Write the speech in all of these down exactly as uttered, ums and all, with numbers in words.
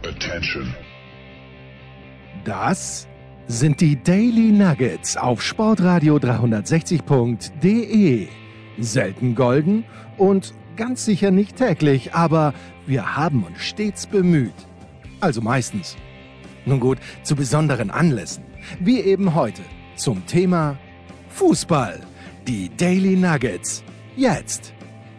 Attention. Das sind die Daily Nuggets auf Sportradio dreihundertsechzig Punkt de. Selten golden und ganz sicher nicht täglich, aber wir haben uns stets bemüht. Also meistens. Nun gut, zu besonderen Anlässen, wie eben heute, zum Thema Fußball. Die Daily Nuggets. Jetzt.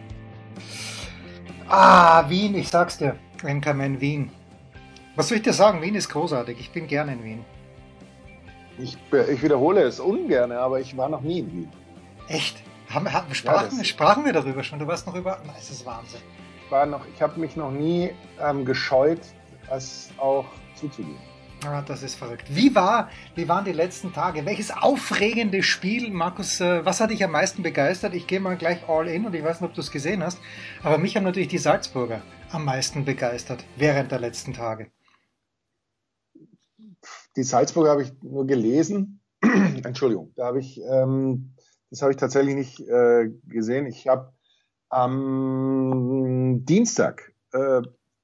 Ah, Wien, ich sag's dir. Enkermann, Wien. Was soll ich dir sagen? Wien ist großartig. Ich bin gerne in Wien. Ich, ich wiederhole es ungern, aber ich war noch nie in Wien. Echt? Haben, haben, sprachen, ja, sprachen wir darüber schon? Du warst noch über... Nein, es ist Wahnsinn. Ich, war noch, ich habe mich noch nie ähm, gescheut, das auch zuzugeben. Ah, das ist verrückt. Wie, war, wie waren die letzten Tage? Welches aufregende Spiel, Markus, äh, was hat dich am meisten begeistert? Ich gehe mal gleich all in und ich weiß nicht, ob du es gesehen hast, aber mich haben natürlich die Salzburger am meisten begeistert während der letzten Tage. Die Salzburger habe ich nur gelesen. Entschuldigung, da habe ich, ähm, das habe ich tatsächlich nicht äh, gesehen. Ich habe am Dienstag äh,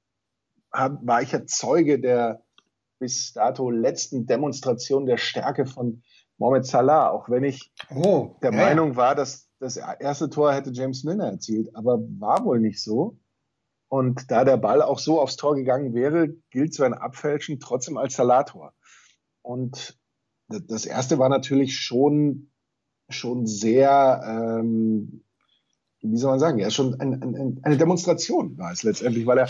hab, war ich ja Zeuge der bis dato letzten Demonstration der Stärke von Mohamed Salah, auch wenn ich oh, der ja. Meinung war, dass das erste Tor hätte James Milner erzielt, aber war wohl nicht so. Und da der Ball auch so aufs Tor gegangen wäre, gilt so ein Abfälschen trotzdem als Salah-Tor. Und das erste war natürlich schon, schon sehr, ähm, wie soll man sagen, ja, schon ein, ein, eine Demonstration war es letztendlich, weil er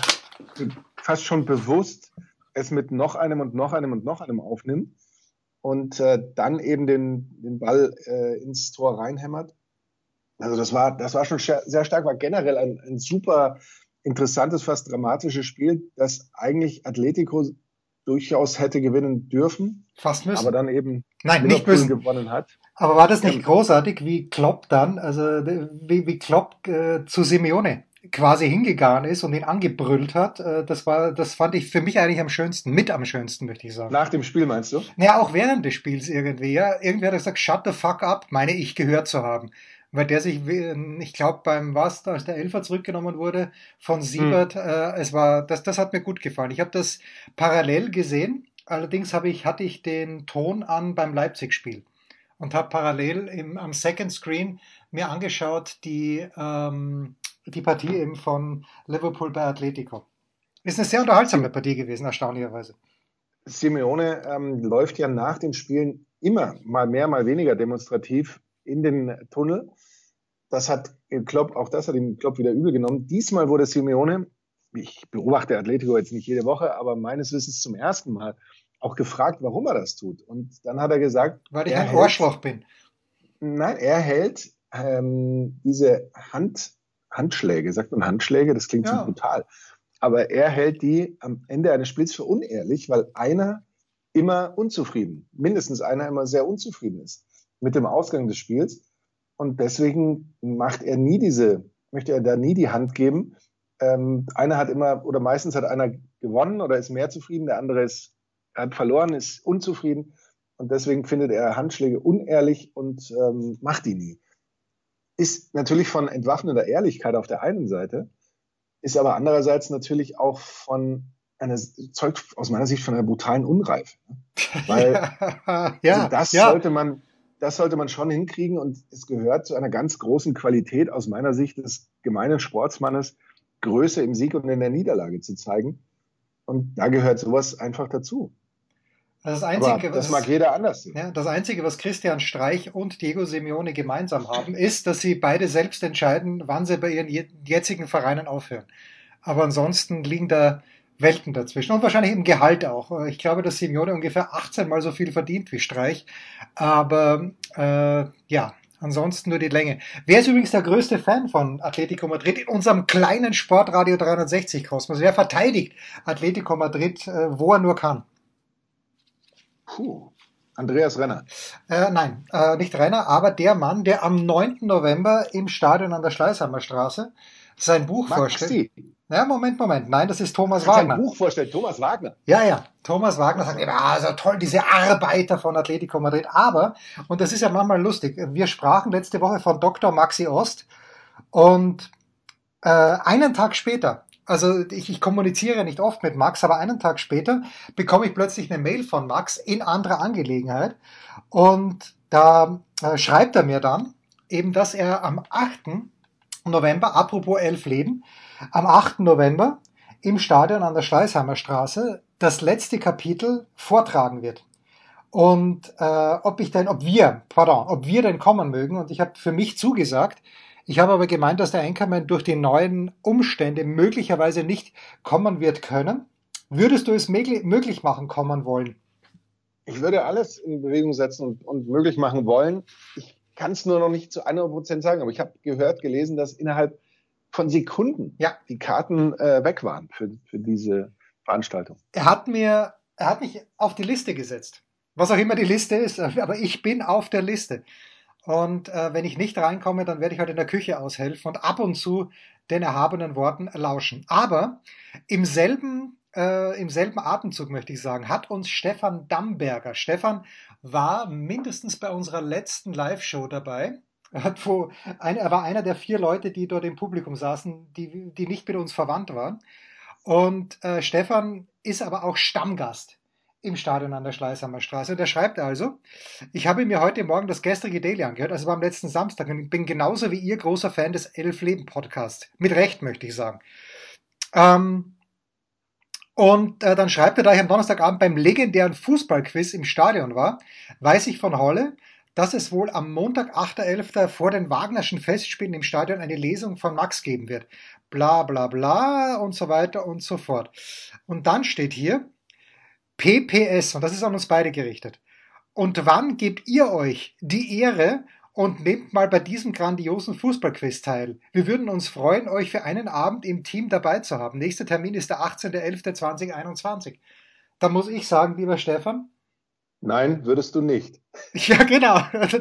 fast schon bewusst es mit noch einem und noch einem und noch einem aufnimmt und äh, dann eben den, den Ball äh, ins Tor reinhämmert. Also das war, das war schon sehr stark, war generell ein, ein super interessantes, fast dramatisches Spiel, das eigentlich Atletico durchaus hätte gewinnen dürfen. Fast müssen. Aber dann eben Nein, Liverpool nicht müssen. gewonnen hat. Aber war das nicht ja. großartig, wie Klopp dann, also wie, wie Klopp äh, zu Simeone quasi hingegangen ist und ihn angebrüllt hat? Äh, das war, das fand ich für mich eigentlich am schönsten, mit am schönsten, möchte ich sagen. Nach dem Spiel meinst du? Naja, auch während des Spiels irgendwie, ja. Irgendwie hat er gesagt, shut the fuck up, meine ich gehört zu haben. Weil der sich, ich glaube, beim was, als der Elfer zurückgenommen wurde von Siebert, hm. äh, es war, das, das hat mir gut gefallen. Ich habe das parallel gesehen, allerdings habe ich, hatte ich den Ton an beim Leipzig-Spiel und habe parallel im, am Second Screen mir angeschaut die, ähm, die Partie eben von Liverpool bei Atletico. Ist eine sehr unterhaltsame Partie gewesen, erstaunlicherweise. Simeone ähm, läuft ja nach den Spielen immer mal mehr, mal weniger demonstrativ in den Tunnel. Das hat Klopp, auch das hat ihm Klopp wieder übel genommen. Diesmal wurde Simeone, ich beobachte Atletico jetzt nicht jede Woche, aber meines Wissens zum ersten Mal auch gefragt, warum er das tut. Und dann hat er gesagt, weil ich ein Arschloch bin. Nein, er hält ähm, diese Hand, Handschläge, sagt man Handschläge, das klingt ja. zu brutal, aber er hält die am Ende eines Spiels für unehrlich, weil einer immer unzufrieden, mindestens einer immer sehr unzufrieden ist mit dem Ausgang des Spiels. Und deswegen macht er nie diese, möchte er da nie die Hand geben. Ähm, einer hat immer, oder meistens hat einer gewonnen oder ist mehr zufrieden, der andere ist, hat verloren, ist unzufrieden. Und deswegen findet er Handschläge unehrlich und ähm, macht die nie. Ist natürlich von entwaffnender Ehrlichkeit auf der einen Seite, ist aber andererseits natürlich auch von einer, zeugt aus meiner Sicht von einer brutalen Unreife. Weil ja, also das ja. sollte man Das sollte man schon hinkriegen und es gehört zu einer ganz großen Qualität aus meiner Sicht des gemeinen Sportsmannes, Größe im Sieg und in der Niederlage zu zeigen. Und da gehört sowas einfach dazu. Das Einzige, Aber das was, mag jeder anders sehen. Ja, das Einzige, was Christian Streich und Diego Simeone gemeinsam haben, ist, dass sie beide selbst entscheiden, wann sie bei ihren jetzigen Vereinen aufhören. Aber ansonsten liegen da Welten dazwischen und wahrscheinlich im Gehalt auch. Ich glaube, dass Simeone ungefähr achtzehn Mal so viel verdient wie Streich, aber äh, ja, ansonsten nur die Länge. Wer ist übrigens der größte Fan von Atletico Madrid in unserem kleinen Sportradio dreihundertsechzig Kosmos? Wer verteidigt Atletico Madrid, äh, wo er nur kann? Puh, Andreas Renner. Äh, nein, äh, nicht Renner, aber der Mann, der am neunten November im Stadion an der Schleißheimer Straße sein Buch Maxi. vorstellt. Ja, Moment, Moment. Nein, das ist Thomas Sein Wagner. Buch vorstellt, Thomas Wagner. Ja, ja. Thomas Wagner sagt immer, ah, so toll, diese Arbeiter von Atletico Madrid. Aber, und das ist ja manchmal lustig, wir sprachen letzte Woche von Doktor Maxi Ost und äh, einen Tag später also ich, ich kommuniziere nicht oft mit Max, aber einen Tag später bekomme ich plötzlich eine Mail von Max in anderer Angelegenheit. Und da äh, schreibt er mir dann eben, dass er am achten November, apropos elf Leben, am achten November im Stadion an der Schleißheimer Straße das letzte Kapitel vortragen wird. Und äh, ob ich denn, ob wir, pardon, ob wir denn kommen mögen. Und ich habe für mich zugesagt. Ich habe aber gemeint, dass der Anchorman durch die neuen Umstände möglicherweise nicht kommen wird können. Würdest du es möglich machen, kommen wollen? Ich würde alles in Bewegung setzen und, und möglich machen wollen. Ich kann es nur noch nicht zu hundert Prozent sagen, aber ich habe gehört, gelesen, dass innerhalb von Sekunden ja. die Karten äh, weg waren für, für diese Veranstaltung. Er hat mir, er hat mich auf die Liste gesetzt. Was auch immer die Liste ist, aber ich bin auf der Liste. Und äh, wenn ich nicht reinkomme, dann werde ich halt in der Küche aushelfen und ab und zu den erhabenen Worten lauschen. Aber im selben, äh, im selben Atemzug, möchte ich sagen, hat uns Stefan Damberger. Stefan war mindestens bei unserer letzten Live-Show dabei. Er, hat wo, ein, er war einer der vier Leute, die dort im Publikum saßen, die, die nicht mit uns verwandt waren. Und äh, Stefan ist aber auch Stammgast im Stadion an der Schleißheimer Straße. Und er schreibt also, ich habe mir heute Morgen das gestrige Daily angehört, also war am letzten Samstag, und ich bin genauso wie ihr großer Fan des Elf-Leben-Podcasts. Mit Recht, möchte ich sagen. Ähm, und äh, dann schreibt er, da ich am Donnerstagabend beim legendären Fußballquiz im Stadion war, weiß ich von Holle, dass es wohl am Montag, achter elfter vor den Wagnerschen Festspielen im Stadion eine Lesung von Max geben wird. Bla bla bla und so weiter und so fort. Und dann steht hier, P P S, und das ist an uns beide gerichtet. Und wann gebt ihr euch die Ehre und nehmt mal bei diesem grandiosen Fußballquiz teil? Wir würden uns freuen, euch für einen Abend im Team dabei zu haben. Nächster Termin ist der achtzehnter elfter zweitausendeinundzwanzig. Da muss ich sagen, lieber Stefan. Nein, würdest du nicht. Ja, genau.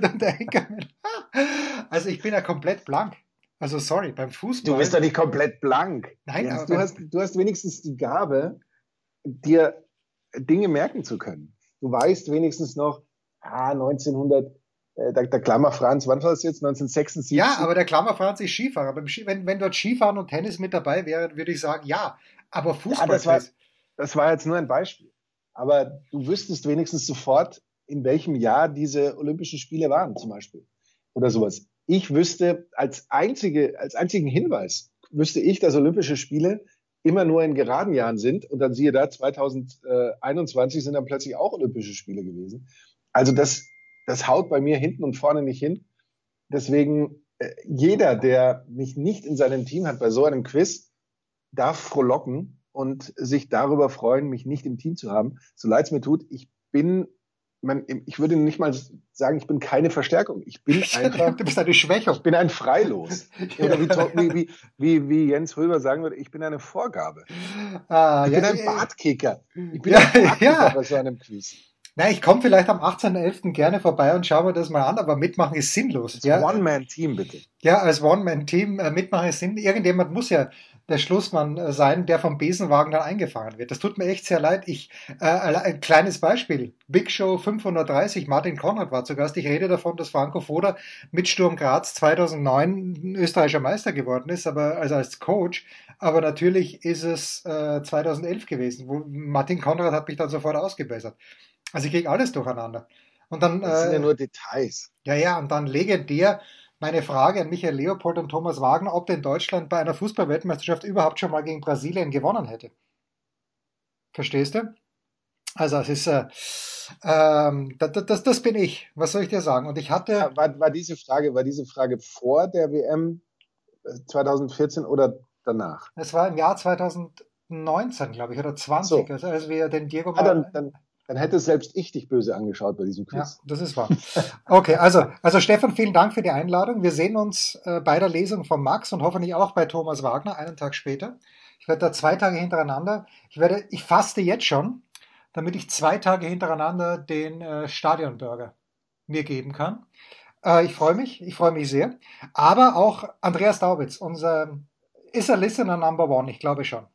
Also ich bin ja komplett blank. Also sorry, beim Fußball. Du bist doch nicht komplett blank. Nein, Jens, aber du, hast, du hast wenigstens die Gabe, dir Dinge merken zu können. Du weißt wenigstens noch, ah, neunzehnhundert, äh, der, der Klammer Franz, wann war das jetzt? neunzehnhundertsechsundsiebzig? Ja, aber der Klammer Franz ist Skifahrer. Beim Ski, wenn, wenn dort Skifahren und Tennis mit dabei wäre, würde ich sagen, ja. Aber Fußball. Ja, das, war, das war jetzt nur ein Beispiel. Aber du wüsstest wenigstens sofort, in welchem Jahr diese Olympischen Spiele waren, zum Beispiel. Oder sowas. Ich wüsste, als, einzige, als einzigen Hinweis, wüsste ich, dass Olympische Spiele immer nur in geraden Jahren sind. Und dann siehe da, zweitausendeinundzwanzig sind dann plötzlich auch Olympische Spiele gewesen. Also das, das haut bei mir hinten und vorne nicht hin. Deswegen, äh, jeder, der mich nicht in seinem Team hat bei so einem Quiz, darf frohlocken und sich darüber freuen, mich nicht im Team zu haben. So leid es mir tut, ich bin, man, ich würde nicht mal sagen, ich bin keine Verstärkung. Ich bin einfach... Du bist eine Schwächung. Ich bin ein Freilos. Oder wie, wie, wie, wie Jens Röber sagen würde, ich bin eine Vorgabe. Ah, ich ja, bin ein Bartkicker. Ich bin ja, ein Bartkicker ja. bei so einem Quiz. Na, ich komme vielleicht am achtzehnten elften gerne vorbei und schaue mir das mal an, aber mitmachen ist sinnlos. Als ja. One-Man-Team, bitte. Ja, als One-Man-Team äh, mitmachen ist sinnlos. Irgendjemand muss ja der Schlussmann äh, sein, der vom Besenwagen dann eingefangen wird. Das tut mir echt sehr leid. Ich, äh, ein kleines Beispiel. Big Show fünfhundertdreißig, Martin Konrad war zu Gast. Ich rede davon, dass Franco Foda mit Sturm Graz zweitausendneun österreichischer Meister geworden ist, aber also als Coach. Aber natürlich ist es äh, zweitausendelf gewesen. Wo Martin Konrad hat mich dann sofort ausgebessert. Also ich kriege alles durcheinander. Und dann, das sind äh, ja nur Details. Ja, ja, und dann legendär meine Frage an Michael Leopold und Thomas Wagner, ob denn Deutschland bei einer Fußball-Weltmeisterschaft überhaupt schon mal gegen Brasilien gewonnen hätte. Verstehst du? Also es ist, äh, ähm, das, das, das bin ich. Was soll ich dir sagen? Und ich hatte... War, war, diese Frage, war diese Frage vor der W M zweitausendvierzehn oder danach? Es war im Jahr zweitausendneunzehn, glaube ich, oder zwanzig, so. also als wir den Diego... Ah, dann, dann, Dann hätte selbst ich dich böse angeschaut bei diesem Quiz. Ja, das ist wahr. Okay, also, also Stefan, vielen Dank für die Einladung. Wir sehen uns äh, bei der Lesung von Max und hoffentlich auch bei Thomas Wagner einen Tag später. Ich werde da zwei Tage hintereinander, ich werde, ich faste jetzt schon, damit ich zwei Tage hintereinander den äh, Stadionburger mir geben kann. Äh, ich freue mich, ich freue mich sehr. Aber auch Andreas Daubitz, unser, ist er Listener Number One? Ich glaube schon.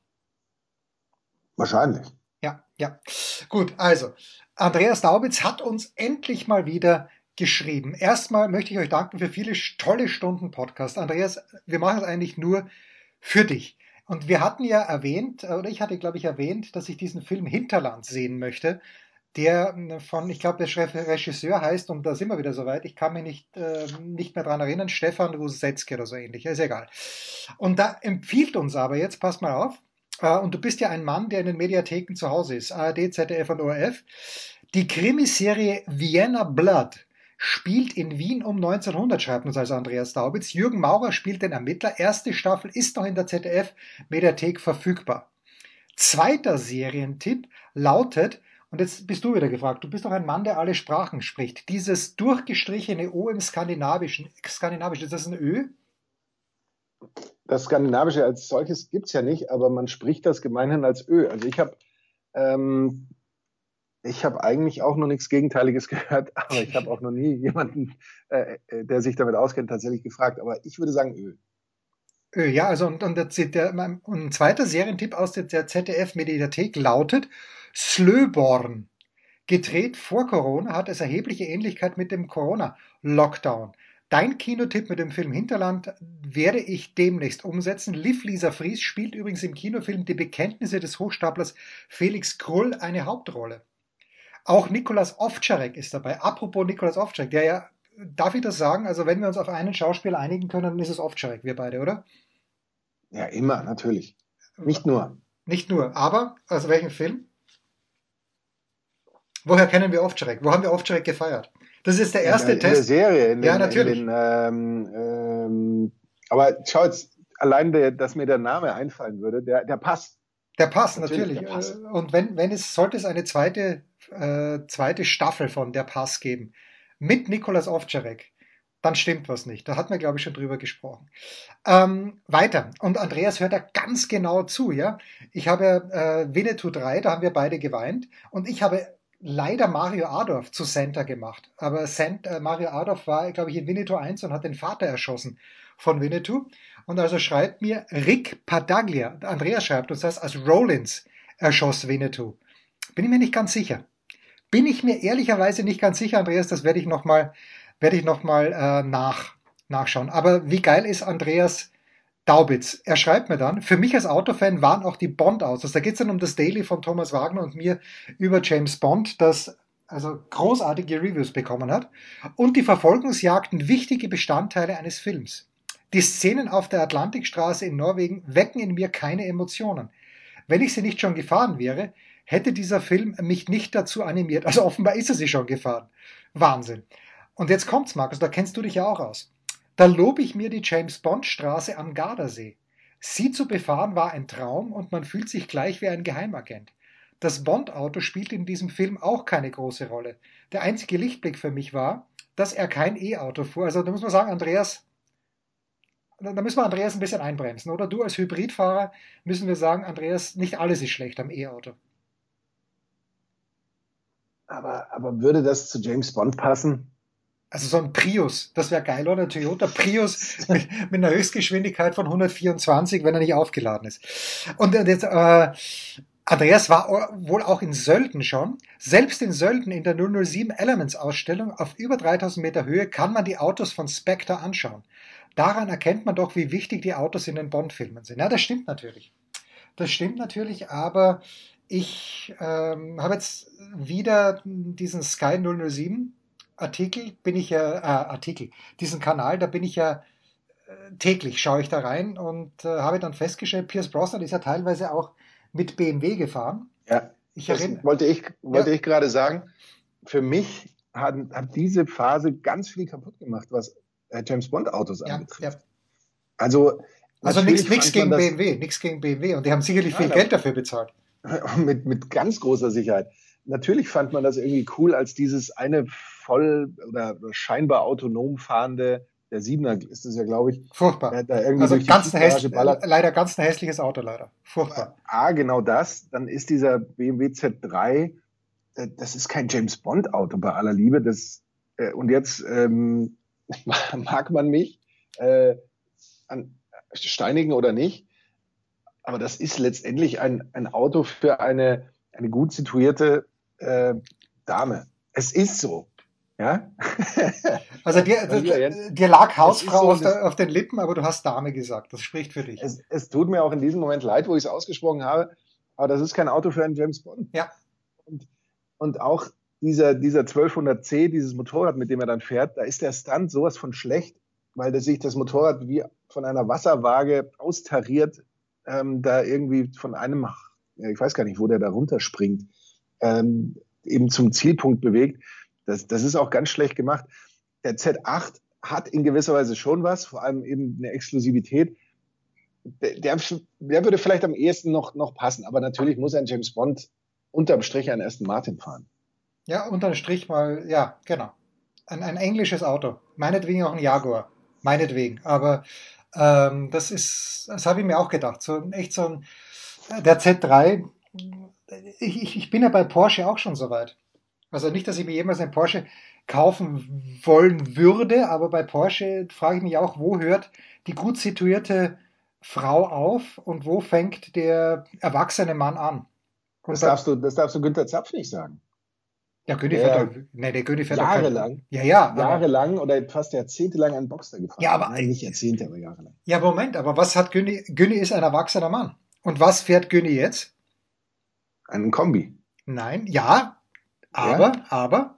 Wahrscheinlich. Ja, ja. Gut, also, Andreas Daubitz hat uns endlich mal wieder geschrieben. Erstmal möchte ich euch danken für viele tolle Stunden Podcast. Andreas, wir machen es eigentlich nur für dich. Und wir hatten ja erwähnt, oder ich hatte, glaube ich, erwähnt, dass ich diesen Film Hinterland sehen möchte, der von, ich glaube, der Regisseur heißt, und da sind wir wieder soweit, ich kann mich nicht, äh, nicht mehr dran erinnern, Stefan Rusetzky oder so ähnlich, ist egal. Und da empfiehlt uns aber jetzt, pass mal auf, äh, und du bist ja ein Mann, der in den Mediatheken zu Hause ist, A R D, Z D F und O R F, die Krimiserie Vienna Blood spielt in Wien um neunzehnhundert, schreibt uns also Andreas Daubitz. Jürgen Maurer spielt den Ermittler. Erste Staffel ist noch in der Z D F-Mediathek verfügbar. Zweiter Serientipp lautet, und jetzt bist du wieder gefragt, du bist doch ein Mann, der alle Sprachen spricht. Dieses durchgestrichene O im Skandinavischen, Skandinavisch, ist das ein Ö? Das Skandinavische als solches gibt es ja nicht, aber man spricht das gemeinhin als Ö. Also ich habe ähm, ich habe eigentlich auch noch nichts Gegenteiliges gehört, aber ich habe auch noch nie jemanden, äh, der sich damit auskennt, tatsächlich gefragt. Aber ich würde sagen Ö. Ö, ja, also und, und, der, der, ein zweiter Serientipp aus der, der Z D F-Mediathek lautet Slöborn. Gedreht vor Corona, hat es erhebliche Ähnlichkeit mit dem Corona-Lockdown. Dein Kinotipp mit dem Film Hinterland werde ich demnächst umsetzen. Liv Lisa Fries spielt übrigens im Kinofilm Die Bekenntnisse des Hochstaplers Felix Krull eine Hauptrolle. Auch Nikolas Ovtcharek ist dabei. Apropos Nikolas Ovtcharek, der ja, darf ich das sagen? Also wenn wir uns auf einen Schauspieler einigen können, dann ist es Ovtcharek, wir beide, oder? Ja, immer, natürlich. Nicht nur. Nicht nur, aber aus welchem Film? Woher kennen wir Ovtcharek? Wo haben wir Ovtcharek gefeiert? Das ist der erste in der, Test. In der Serie. In ja, den, natürlich. In den, ähm, ähm, aber schau jetzt, allein, der, dass mir der Name einfallen würde, der, der passt. Der passt, natürlich. natürlich. Der passt. Und wenn, wenn es, sollte es eine zweite, äh, zweite Staffel von Der Pass geben, mit Nikolas Ovtcharek, dann stimmt was nicht. Da hat man, glaube ich, schon drüber gesprochen. Ähm, weiter. Und Andreas hört da ganz genau zu, ja. Ich habe äh, Winnetou drei, da haben wir beide geweint. Und ich habe leider Mario Adorf zu Santa gemacht. Aber Sant, äh, Mario Adorf war, glaube ich, in Winnetou eins und hat den Vater erschossen von Winnetou. Und also schreibt mir Rick Padaglia, Andreas schreibt uns das, als Rollins erschoss Winnetou. Bin ich mir nicht ganz sicher. Bin ich mir ehrlicherweise nicht ganz sicher, Andreas, das werde ich nochmal werde ich noch mal, äh, nach, nachschauen. Aber wie geil ist Andreas Daubitz? Er schreibt mir dann, für mich als Autofan waren auch die Bond-Autos, da geht es dann um das Daily von Thomas Wagner und mir über James Bond, das also großartige Reviews bekommen hat, und die Verfolgungsjagden wichtige Bestandteile eines Films. Die Szenen auf der Atlantikstraße in Norwegen wecken in mir keine Emotionen. Wenn ich sie nicht schon gefahren wäre, hätte dieser Film mich nicht dazu animiert. Also offenbar ist er sie schon gefahren. Wahnsinn. Und jetzt kommt's, Markus, da kennst du dich ja auch aus. Da lobe ich mir die James-Bond-Straße am Gardasee. Sie zu befahren war ein Traum und man fühlt sich gleich wie ein Geheimagent. Das Bond-Auto spielt in diesem Film auch keine große Rolle. Der einzige Lichtblick für mich war, dass er kein E-Auto fuhr. Also da muss man sagen, Andreas, da müssen wir Andreas ein bisschen einbremsen, oder? Du als Hybridfahrer müssen wir sagen, Andreas, nicht alles ist schlecht am E-Auto. Aber, aber würde das zu James Bond passen? Also so ein Prius, das wäre geil, oder? Toyota Prius mit, mit einer Höchstgeschwindigkeit von hundertvierundzwanzig, wenn er nicht aufgeladen ist. Und jetzt, äh, Andreas war wohl auch in Sölden schon. Selbst in Sölden in der null null sieben Elements Ausstellung auf über dreitausend Meter Höhe kann man die Autos von Spectre anschauen. Daran erkennt man doch, wie wichtig die Autos in den Bond-Filmen sind. Ja, das stimmt natürlich. Das stimmt natürlich, aber ich ähm, habe jetzt wieder diesen Sky null null sieben Artikel, bin ich ja, äh, Artikel, diesen Kanal, da bin ich ja äh, täglich, schaue ich da rein und äh, habe dann festgestellt, Pierce Brosnan ist ja teilweise auch mit B M W gefahren. Ja, ich das erinnere, wollte ich, wollte ja. ich gerade sagen. Für mich hat, hat diese Phase ganz viel kaputt gemacht, was äh, James Bond Autos ja, anbetrifft. Ja. Also, also nichts gegen B M W, nichts gegen B M W und die haben sicherlich viel Nein, Geld dafür bezahlt. Mit, mit ganz großer Sicherheit. Natürlich fand man das irgendwie cool, als dieses eine voll oder scheinbar autonom fahrende, der Siebener ist es ja, glaube ich. Furchtbar. Da irgendwie also ganz häss- leider ganz ein hässliches Auto, leider. Furchtbar. Ah, genau das. Dann ist dieser B M W Z drei, das ist kein James Bond Auto bei aller Liebe. Das, äh, und jetzt ähm, mag man mich äh, an, steinigen oder nicht, aber das ist letztendlich ein, ein Auto für eine, eine gut situierte äh, Dame. Es ist so. Ja? Also dir, dir, dir lag Hausfrau so, auf, der, auf den Lippen, aber du hast Dame gesagt. Das spricht für dich. Es, es tut mir auch in diesem Moment leid, wo ich es ausgesprochen habe, aber das ist kein Auto für einen James Bond. Ja. Und, und auch dieser, dieser zwölfhundert C, dieses Motorrad, mit dem er dann fährt, da ist der Stunt sowas von schlecht, weil der sich das Motorrad wie von einer Wasserwaage austariert, ähm, da irgendwie von einem, ja, ich weiß gar nicht, wo der da runterspringt, ähm, eben zum Zielpunkt bewegt. Das, das ist auch ganz schlecht gemacht. Der Z acht hat in gewisser Weise schon was, vor allem eben eine Exklusivität. Der, der, der würde vielleicht am ehesten noch, noch passen, aber natürlich muss ein James Bond unterm Strich einen Aston Martin fahren. Ja, unterm Strich mal, ja, genau. Ein, ein englisches Auto. Meinetwegen auch ein Jaguar. Meinetwegen. Aber ähm, das ist, das habe ich mir auch gedacht. So echt so ein, der Z drei, ich, ich, ich bin ja bei Porsche auch schon so weit. Also nicht, dass ich mir jemals einen Porsche kaufen wollen würde, aber bei Porsche frage ich mich auch, wo hört die gut situierte Frau auf und wo fängt der erwachsene Mann an? Das darfst, du, das darfst du Günther Zapf nicht sagen. Ja, Göni fährt doch, nee, der Göni fährt jahrelang, ja, ja, jahrelang aber, oder fast jahrzehntelang ein Boxster gefahren. Ja, aber Nein, nicht Jahrzehnte, aber jahrelang. Ja, Moment, aber was hat Göni? Göni ist ein erwachsener Mann. Und was fährt Göni jetzt? Einen Kombi. Nein, ja, aber, ja? aber.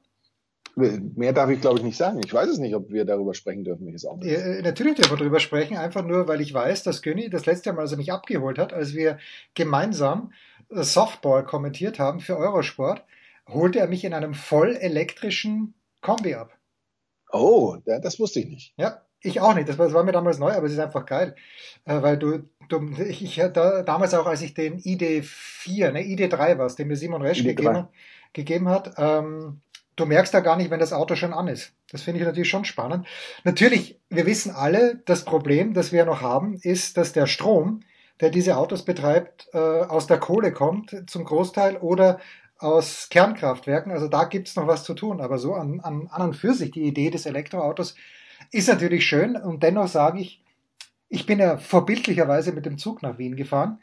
Mehr darf ich, glaube ich, nicht sagen. Ich weiß es nicht, ob wir darüber sprechen dürfen, welches Auto ist. Äh, natürlich dürfen wir darüber sprechen, einfach nur, weil ich weiß, dass Göni das letzte Mal, als er mich abgeholt hat, als wir gemeinsam Softball kommentiert haben für Eurosport, holte er mich in einem voll elektrischen Kombi ab. Oh, das wusste ich nicht. Ja, ich auch nicht. Das war, das war mir damals neu, aber es ist einfach geil. Äh, weil du, du ich, ich da, damals auch, als ich den I D vier, ne, I D drei war es, den mir Simon Resch gegeben, gegeben hat, ähm, du merkst da gar nicht, wenn das Auto schon an ist. Das finde ich natürlich schon spannend. Natürlich, wir wissen alle, das Problem, das wir noch haben, ist, dass der Strom, der diese Autos betreibt, äh, aus der Kohle kommt zum Großteil oder aus Kernkraftwerken. Also da gibt es noch was zu tun. Aber so an, an, an und für sich die Idee des Elektroautos ist natürlich schön. Und dennoch sage ich, ich bin ja vorbildlicherweise mit dem Zug nach Wien gefahren.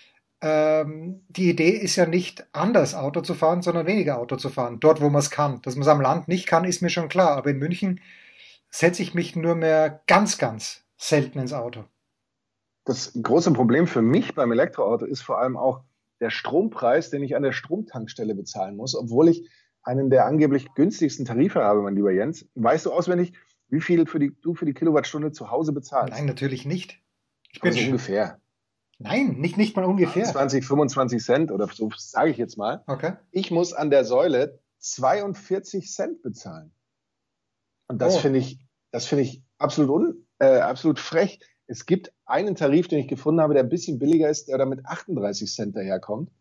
Ähm, die Idee ist ja nicht anders Auto zu fahren, sondern weniger Auto zu fahren. Dort, wo man es kann. Dass man es am Land nicht kann, ist mir schon klar. Aber in München setze ich mich nur mehr ganz, ganz selten ins Auto. Das große Problem für mich beim Elektroauto ist vor allem auch der Strompreis, den ich an der Stromtankstelle bezahlen muss, obwohl ich einen der angeblich günstigsten Tarife habe, mein lieber Jens. Weißt du auswendig, wie viel für die, du für die Kilowattstunde zu Hause bezahlst? Nein, natürlich nicht. Ich bin also ungefähr. Nein, nicht, nicht mal ungefähr. zwanzig, fünfundzwanzig Cent oder so, sage ich jetzt mal. Okay. Ich muss an der Säule zweiundvierzig Cent bezahlen. Und das oh. finde ich, das finde ich absolut, un, äh, absolut frech. Es gibt einen Tarif, den ich gefunden habe, der ein bisschen billiger ist, der da mit achtunddreißig Cent daherkommt.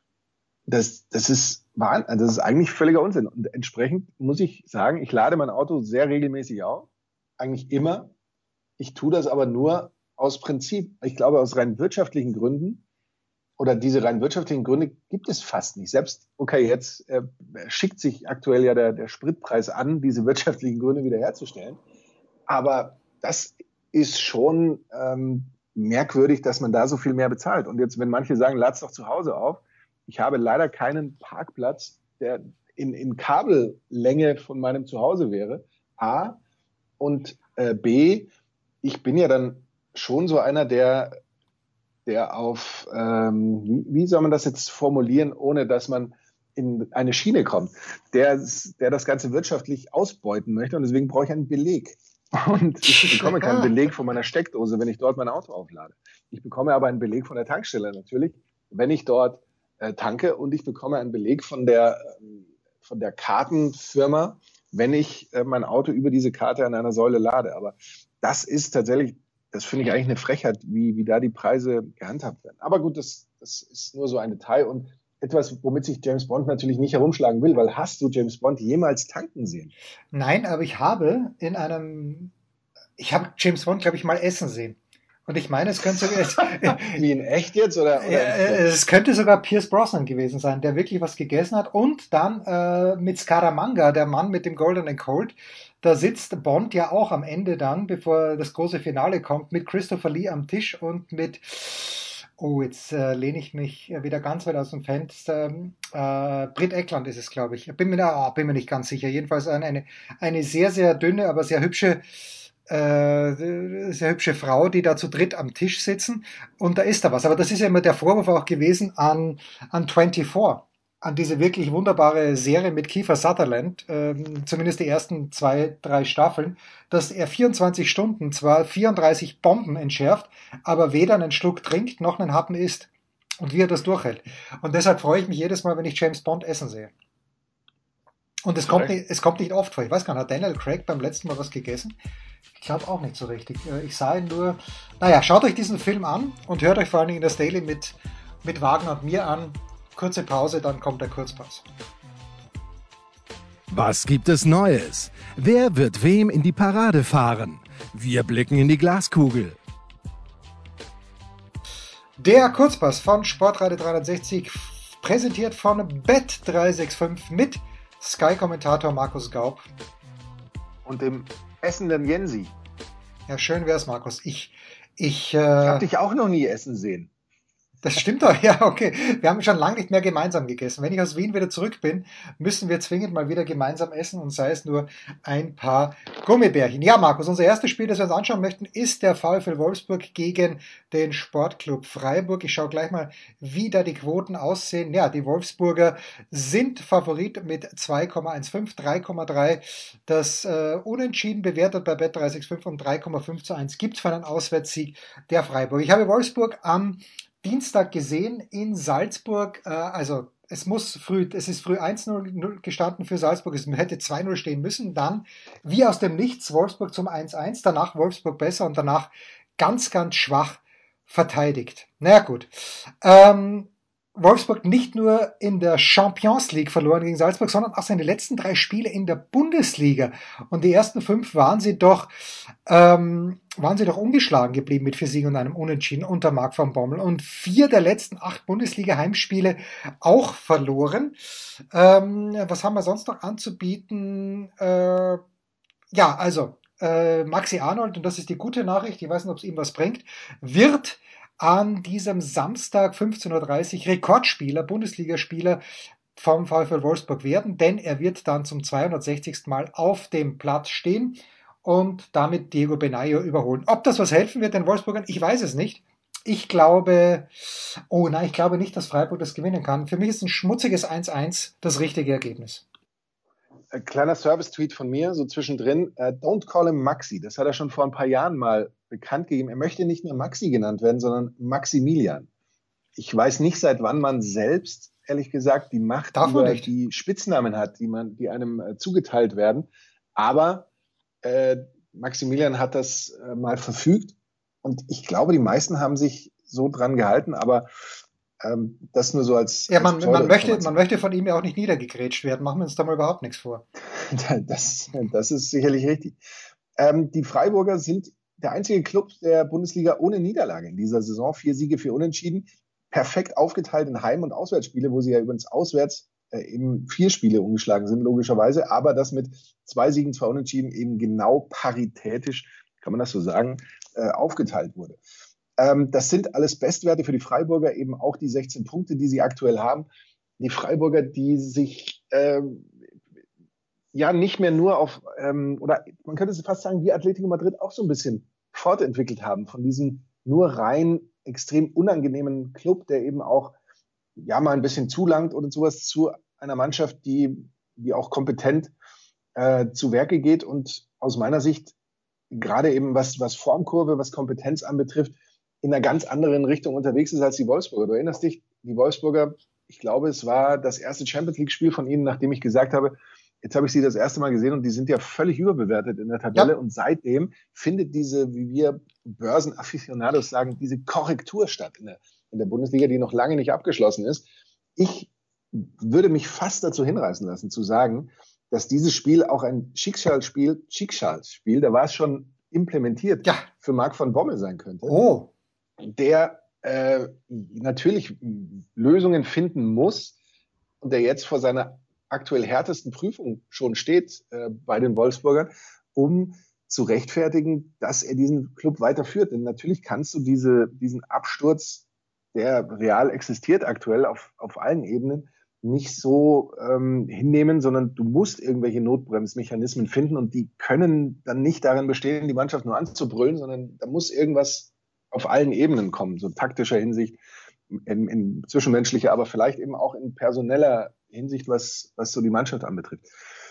Das, das ist, das ist eigentlich völliger Unsinn. Und entsprechend muss ich sagen, ich lade mein Auto sehr regelmäßig auf. Eigentlich immer. Ich tue das aber nur aus Prinzip. Ich glaube, aus rein wirtschaftlichen Gründen. Oder diese rein wirtschaftlichen Gründe gibt es fast nicht. Selbst, okay, jetzt äh, schickt sich aktuell ja der, der Spritpreis an, diese wirtschaftlichen Gründe wiederherzustellen. Aber das ist schon ähm, merkwürdig, dass man da so viel mehr bezahlt. Und jetzt, wenn manche sagen, lad's doch zu Hause auf. Ich habe leider keinen Parkplatz, der in, in Kabellänge von meinem Zuhause wäre. A. Und äh, B. Ich bin ja dann schon so einer, der, der auf, ähm, wie, wie soll man das jetzt formulieren, ohne dass man in eine Schiene kommt, der, der das Ganze wirtschaftlich ausbeuten möchte. Und deswegen brauche ich einen Beleg. Und ich bekomme keinen Beleg von meiner Steckdose, wenn ich dort mein Auto auflade. Ich bekomme aber einen Beleg von der Tankstelle natürlich, wenn ich dort äh, tanke. Und ich bekomme einen Beleg von der, ähm, von der Kartenfirma, wenn ich äh, mein Auto über diese Karte an einer Säule lade. Aber das ist tatsächlich, das finde ich eigentlich eine Frechheit, wie, wie da die Preise gehandhabt werden. Aber gut, das, das ist nur so ein Detail und etwas, womit sich James Bond natürlich nicht herumschlagen will, weil hast du James Bond jemals tanken sehen? Nein, aber ich habe in einem, ich habe James Bond, glaube ich, mal essen sehen. Und ich meine, es könnte sogar... Wie in echt jetzt? Oder, oder es könnte sogar Pierce Brosnan gewesen sein, der wirklich was gegessen hat. Und dann äh, mit Scaramanga, der Mann mit dem goldenen Colt, da sitzt Bond ja auch am Ende dann, bevor das große Finale kommt, mit Christopher Lee am Tisch und mit Oh, jetzt äh, lehne ich mich wieder ganz weit aus dem Fenster. Äh, Britt Ekland ist es, glaube ich. Bin mir, oh, bin mir nicht ganz sicher. Jedenfalls eine, eine sehr, sehr dünne, aber sehr hübsche, äh, sehr hübsche Frau, die da zu dritt am Tisch sitzen. Und da ist da was. Aber das ist ja immer der Vorwurf auch gewesen an, an vierundzwanzig. An diese wirklich wunderbare Serie mit Kiefer Sutherland, ähm, zumindest die ersten zwei, drei Staffeln, dass er vierundzwanzig Stunden zwar vierunddreißig Bomben entschärft, aber weder einen Schluck trinkt noch einen Happen isst. Und wie er das durchhält. Und deshalb freue ich mich jedes Mal, wenn ich James Bond essen sehe. Und es kommt, nicht, es kommt nicht oft vor. Ich weiß gar nicht, hat Daniel Craig beim letzten Mal was gegessen? Ich glaube auch nicht so richtig. Ich sah ihn nur... Naja, schaut euch diesen Film an und hört euch vor allen Dingen das Daily mit, mit Wagner und mir an. Kurze Pause, dann kommt der Kurzpass. Was gibt es Neues? Wer wird wem in die Parade fahren? Wir blicken in die Glaskugel. Der Kurzpass von Sportradio dreihundertsechzig, präsentiert von Bet drei sechs fünf mit Sky-Kommentator Markus Gaub. Und dem essenden Jensi. Ja, schön wär's, Markus. Ich, ich, äh, ich habe dich auch noch nie essen sehen. Das stimmt doch, ja, okay. Wir haben schon lange nicht mehr gemeinsam gegessen. Wenn ich aus Wien wieder zurück bin, müssen wir zwingend mal wieder gemeinsam essen und sei es nur ein paar Gummibärchen. Ja, Markus, unser erstes Spiel, das wir uns anschauen möchten, ist der VfL Wolfsburg gegen den Sportclub Freiburg. Ich schaue gleich mal, wie da die Quoten aussehen. Ja, die Wolfsburger sind Favorit mit zwei Komma fünfzehn, drei Komma drei. Das äh, Unentschieden bewertet bei Bet drei sechs fünf und drei Komma fünf zu eins gibt es für einen Auswärtssieg der Freiburg. Ich habe Wolfsburg am Dienstag gesehen in Salzburg, äh, also es muss früh, es ist früh eins null gestanden für Salzburg, es hätte zwei null stehen müssen, dann wie aus dem Nichts Wolfsburg zum eins eins, danach Wolfsburg besser und danach ganz, ganz schwach verteidigt. Naja gut, ähm, Wolfsburg nicht nur in der Champions League verloren gegen Salzburg, sondern auch seine letzten drei Spiele in der Bundesliga. Und die ersten fünf waren sie doch, ähm, waren sie doch ungeschlagen geblieben mit vier Siegen und einem Unentschieden unter Marc van Bommel. Und vier der letzten acht Bundesliga-Heimspiele auch verloren. Ähm, was haben wir sonst noch anzubieten? Äh, ja, also äh, Maxi Arnold, und das ist die gute Nachricht, ich weiß nicht, ob es ihm was bringt, wird an diesem Samstag fünfzehn Uhr dreißig Rekordspieler, Bundesligaspieler vom VfL Wolfsburg werden, denn er wird dann zum zweihundertsechzigsten Mal auf dem Platz stehen und damit Diego Benaglio überholen. Ob das was helfen wird den Wolfsburgern, ich weiß es nicht. Ich glaube, oh nein, ich glaube nicht, dass Freiburg das gewinnen kann. Für mich ist ein schmutziges eins eins das richtige Ergebnis. Ein kleiner Service-Tweet von mir, so zwischendrin. Uh, don't call him Maxi. Das hat er schon vor ein paar Jahren mal bekannt gegeben. Er möchte nicht mehr Maxi genannt werden, sondern Maximilian. Ich weiß nicht, seit wann man selbst, ehrlich gesagt, die Macht Darf über die Spitznamen hat, die man, die einem äh, zugeteilt werden. Aber äh, Maximilian hat das äh, mal verfügt. Und ich glaube, die meisten haben sich so dran gehalten. Aber Ähm, das nur so als. Ja, man, als man, möchte, man möchte von ihm ja auch nicht niedergegrätscht werden. Machen wir uns da mal überhaupt nichts vor. Das, das ist sicherlich richtig. Ähm, die Freiburger sind der einzige Club der Bundesliga ohne Niederlage in dieser Saison. Vier Siege, vier Unentschieden. Perfekt aufgeteilt in Heim- und Auswärtsspiele, wo sie ja übrigens auswärts äh, eben vier Spiele ungeschlagen sind, logischerweise. Aber das mit zwei Siegen, zwei Unentschieden eben genau paritätisch, kann man das so sagen, äh, aufgeteilt wurde. Das sind alles Bestwerte für die Freiburger, eben auch die sechzehn Punkte, die sie aktuell haben. Die Freiburger, die sich ähm, ja nicht mehr nur auf, ähm, oder man könnte fast sagen, wie Atletico Madrid auch so ein bisschen fortentwickelt haben, von diesem nur rein extrem unangenehmen Club, der eben auch ja mal ein bisschen zulangt oder sowas, zu einer Mannschaft, die, die auch kompetent äh, zu Werke geht und aus meiner Sicht gerade eben was, was Formkurve, was Kompetenz anbetrifft, in einer ganz anderen Richtung unterwegs ist als die Wolfsburger. Du erinnerst dich, die Wolfsburger, ich glaube, es war das erste Champions-League-Spiel von ihnen, nachdem ich gesagt habe, jetzt habe ich sie das erste Mal gesehen und die sind ja völlig überbewertet in der Tabelle. Ja. Und seitdem findet diese, wie wir Börsenafficionados sagen, diese Korrektur statt in der, in der Bundesliga, die noch lange nicht abgeschlossen ist. Ich würde mich fast dazu hinreißen lassen, zu sagen, dass dieses Spiel auch ein Schicksalsspiel, Schicksalsspiel, da war es schon implementiert, ja, für Marc van Bommel sein könnte. Oh. Der äh, natürlich Lösungen finden muss und der jetzt vor seiner aktuell härtesten Prüfung schon steht äh, bei den Wolfsburgern, um zu rechtfertigen, dass er diesen Club weiterführt. Denn natürlich kannst du diese, diesen Absturz der real existiert aktuell auf, auf allen Ebenen, nicht so ähm, hinnehmen, sondern du musst irgendwelche Notbremsmechanismen finden und die können dann nicht darin bestehen, die Mannschaft nur anzubrüllen, sondern da muss irgendwas auf allen Ebenen kommen, so taktischer Hinsicht, in, in zwischenmenschlicher, aber vielleicht eben auch in personeller Hinsicht, was, was so die Mannschaft anbetrifft.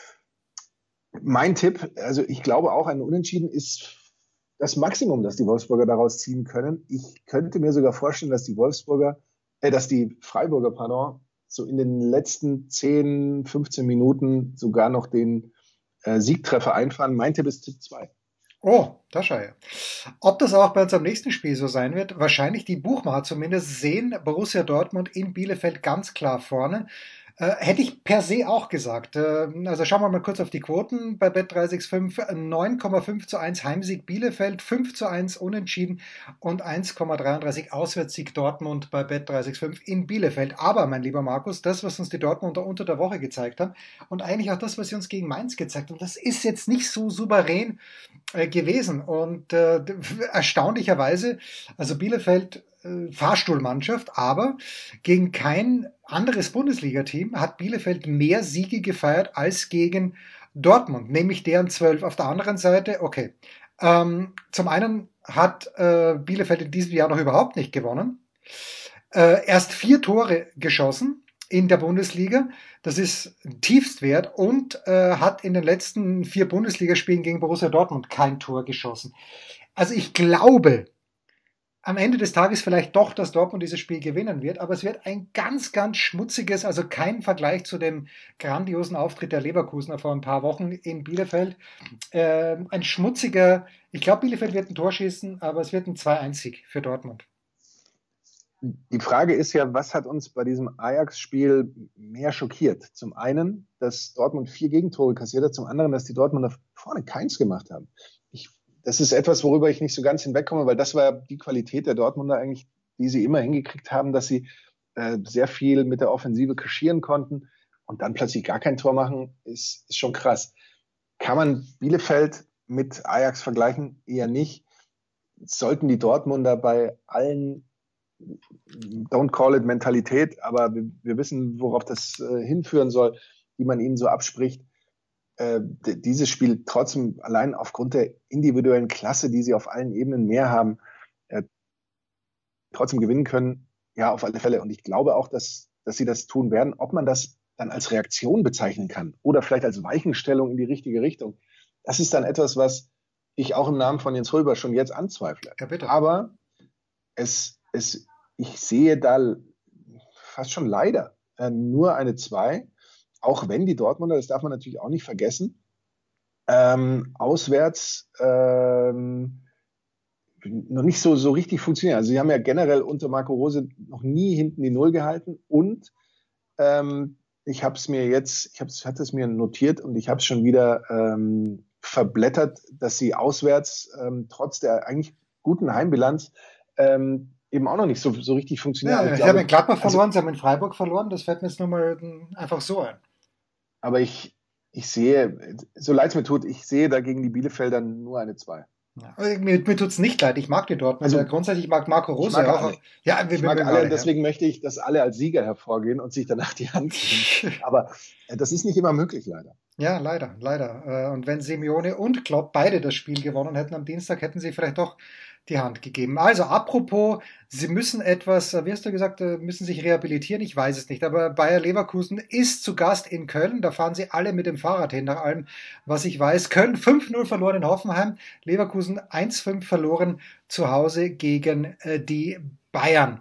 Mein Tipp, also ich glaube auch, ein Unentschieden ist das Maximum, das die Wolfsburger daraus ziehen können. Ich könnte mir sogar vorstellen, dass die Wolfsburger, äh, dass die Freiburger, pardon, so in den letzten zehn, fünfzehn Minuten sogar noch den äh, Siegtreffer einfahren. Mein Tipp ist Tipp zwei. Oh, das schau ja. Ob das auch bei uns am nächsten Spiel so sein wird, wahrscheinlich die Buchmacher zumindest sehen Borussia Dortmund in Bielefeld ganz klar vorne. Äh, hätte ich per se auch gesagt. Äh, also schauen wir mal kurz auf die Quoten bei Bet drei sechs fünf. neun Komma fünf zu eins Heimsieg Bielefeld, fünf zu eins Unentschieden und eins Komma dreiunddreißig Auswärtssieg Dortmund bei Bet drei sechs fünf in Bielefeld. Aber, mein lieber Markus, das, was uns die Dortmunder unter der Woche gezeigt haben und eigentlich auch das, was sie uns gegen Mainz gezeigt haben, das ist jetzt nicht so souverän äh, gewesen. Und äh, erstaunlicherweise, also Bielefeld Fahrstuhlmannschaft, aber gegen kein anderes Bundesliga-Team hat Bielefeld mehr Siege gefeiert als gegen Dortmund, nämlich deren zwölf. Auf der anderen Seite, okay, ähm, zum einen hat äh, Bielefeld in diesem Jahr noch überhaupt nicht gewonnen, äh, erst vier Tore geschossen in der Bundesliga, das ist ein Tiefstwert, und äh, hat in den letzten vier Bundesligaspielen gegen Borussia Dortmund kein Tor geschossen. Also ich glaube, am Ende des Tages vielleicht doch, dass Dortmund dieses Spiel gewinnen wird, aber es wird ein ganz, ganz schmutziges, also kein Vergleich zu dem grandiosen Auftritt der Leverkusener vor ein paar Wochen in Bielefeld. Äh, ein schmutziger, ich glaube, Bielefeld wird ein Tor schießen, aber es wird ein zwei eins Sieg für Dortmund. Die Frage ist ja, was hat uns bei diesem Ajax-Spiel mehr schockiert? Zum einen, dass Dortmund vier Gegentore kassiert hat, zum anderen, dass die Dortmunder vorne keins gemacht haben. Ich Das ist etwas, worüber ich nicht so ganz hinwegkomme, weil das war die Qualität der Dortmunder eigentlich, die sie immer hingekriegt haben, dass sie äh, sehr viel mit der Offensive kaschieren konnten und dann plötzlich gar kein Tor machen, ist, ist schon krass. Kann man Bielefeld mit Ajax vergleichen? Eher nicht. Sollten die Dortmunder bei allen, don't call it Mentalität, aber wir, wir wissen, worauf das äh, hinführen soll, die man ihnen so abspricht, dieses Spiel trotzdem allein aufgrund der individuellen Klasse, die sie auf allen Ebenen mehr haben, äh, trotzdem gewinnen können, ja, auf alle Fälle. Und ich glaube auch, dass, dass sie das tun werden. Ob man das dann als Reaktion bezeichnen kann oder vielleicht als Weichenstellung in die richtige Richtung, das ist dann etwas, was ich auch im Namen von Jens Röber schon jetzt anzweifle. Ja, bitte. Aber es, es, ich sehe da fast schon leider äh, nur eine zwei. Auch wenn die Dortmunder, das darf man natürlich auch nicht vergessen, ähm, auswärts ähm, noch nicht so, so richtig funktionieren. Also sie haben ja generell unter Marco Rose noch nie hinten die Null gehalten und ähm, ich habe es mir jetzt, ich hatte es mir notiert und ich habe es schon wieder ähm, verblättert, dass sie auswärts ähm, trotz der eigentlich guten Heimbilanz ähm, eben auch noch nicht so, so richtig funktionieren. Ja, ich sie glaube, haben in Gladbach also, verloren, sie haben in Freiburg verloren, das fällt mir jetzt nur mal einfach so ein. Aber ich, ich sehe, so leid es mir tut, ich sehe dagegen die Bielefelder nur eine zwei. Ja, mir mir tut es nicht leid, ich mag die Dortmund. Also, grundsätzlich mag Marco Rose ich mag auch. alle. Ja, wir, Ich mag wir alle, alle, deswegen ja. möchte ich, dass alle als Sieger hervorgehen und sich danach die Hand geben. Aber äh, das ist nicht immer möglich, leider. Ja, leider, leider. Und wenn Simeone und Klopp beide das Spiel gewonnen hätten am Dienstag, hätten sie vielleicht doch die Hand gegeben. Also apropos, sie müssen etwas, wie hast du gesagt, müssen sich rehabilitieren, ich weiß es nicht, aber Bayer Leverkusen ist zu Gast in Köln, da fahren sie alle mit dem Fahrrad hin, nach allem, was ich weiß. Köln fünf null verloren in Hoffenheim, Leverkusen eins fünf verloren zu Hause gegen äh, die Bayern.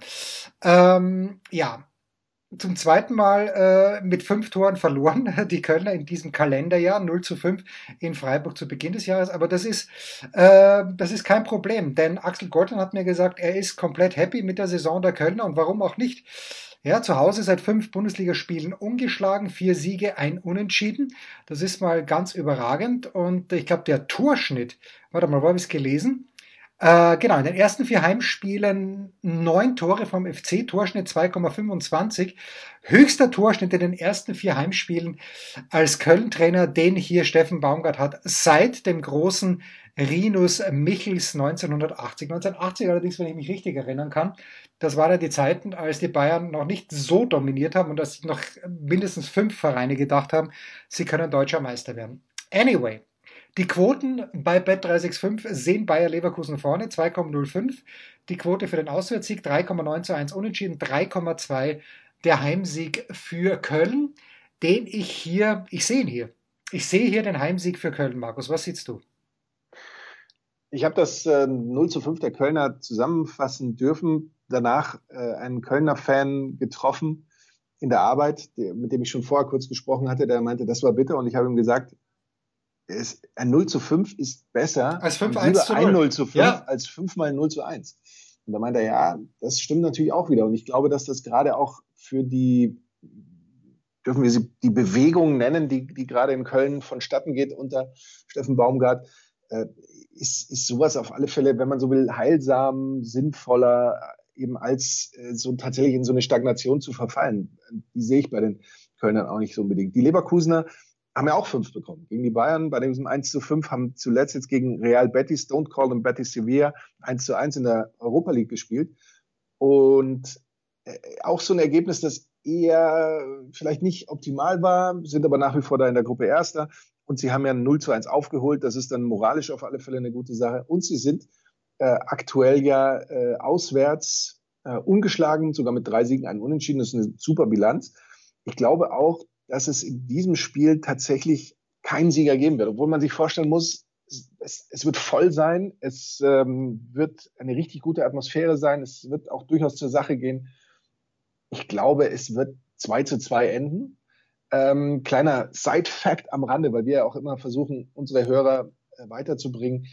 Ähm, ja, zum zweiten Mal äh, mit fünf Toren verloren, die Kölner in diesem Kalenderjahr, null zu fünf in Freiburg zu Beginn des Jahres. Aber das ist, äh, das ist kein Problem, denn Axel Golden hat mir gesagt, er ist komplett happy mit der Saison der Kölner und warum auch nicht. Ja, zu Hause seit fünf Bundesligaspielen ungeschlagen, vier Siege, ein Unentschieden. Das ist mal ganz überragend und ich glaube, der Torschnitt, warte mal, wo habe ich es gelesen? Äh, genau, in den ersten vier Heimspielen neun Tore vom F C, Torschnitt zwei Komma fünfundzwanzig. Höchster Torschnitt in den ersten vier Heimspielen als Köln-Trainer, den hier Steffen Baumgart hat, seit dem großen Rinus Michels neunzehnhundertachtzig. neunzehnhundertachtzig allerdings, wenn ich mich richtig erinnern kann, das waren ja die Zeiten, als die Bayern noch nicht so dominiert haben und dass sich noch mindestens fünf Vereine gedacht haben, sie können deutscher Meister werden. Anyway, die Quoten bei Bet drei sechs fünf sehen Bayer Leverkusen vorne, zwei Komma null fünf. Die Quote für den Auswärtssieg drei Komma neun zu eins unentschieden, drei Komma zwei der Heimsieg für Köln, den ich hier, ich sehe ihn hier. Ich sehe hier den Heimsieg für Köln, Markus. Was siehst du? Ich habe das äh, null zu fünf der Kölner zusammenfassen dürfen. Danach äh, einen Kölner Fan getroffen in der Arbeit, der, mit dem ich schon vorher kurz gesprochen hatte. Der meinte, das war bitter. Und ich habe ihm gesagt, es, ein null zu fünf ist besser als fünf eins zu null. Ein null zu fünf ja. Als fünf mal null zu eins. Und da meinte er, ja, das stimmt natürlich auch wieder. Und ich glaube, dass das gerade auch für die, dürfen wir sie die Bewegung nennen, die, die gerade in Köln vonstatten geht unter Steffen Baumgart, äh, ist, ist sowas auf alle Fälle, wenn man so will, heilsam, sinnvoller, eben als äh, so tatsächlich in so eine Stagnation zu verfallen. Die sehe ich bei den Kölnern auch nicht so unbedingt. Die Leverkusener haben ja auch fünf bekommen. Gegen die Bayern bei diesem eins zu fünf, haben zuletzt jetzt gegen Real Betis, Don't Call them Betis Sevilla, eins zu eins in der Europa League gespielt. Und äh, auch so ein Ergebnis, das eher vielleicht nicht optimal war, sind aber nach wie vor da in der Gruppe Erster. Und sie haben ja null zu eins aufgeholt. Das ist dann moralisch auf alle Fälle eine gute Sache. Und sie sind äh, aktuell ja äh, auswärts äh, ungeschlagen, sogar mit drei Siegen, einen Unentschieden. Das ist eine super Bilanz. Ich glaube auch, dass es in diesem Spiel tatsächlich keinen Sieger geben wird. Obwohl man sich vorstellen muss, es, es wird voll sein. Es ähm, wird eine richtig gute Atmosphäre sein. Es wird auch durchaus zur Sache gehen. Ich glaube, es wird zwei zu zwei enden. Ähm, kleiner Side-Fact am Rande, weil wir ja auch immer versuchen, unsere Hörer äh, weiterzubringen.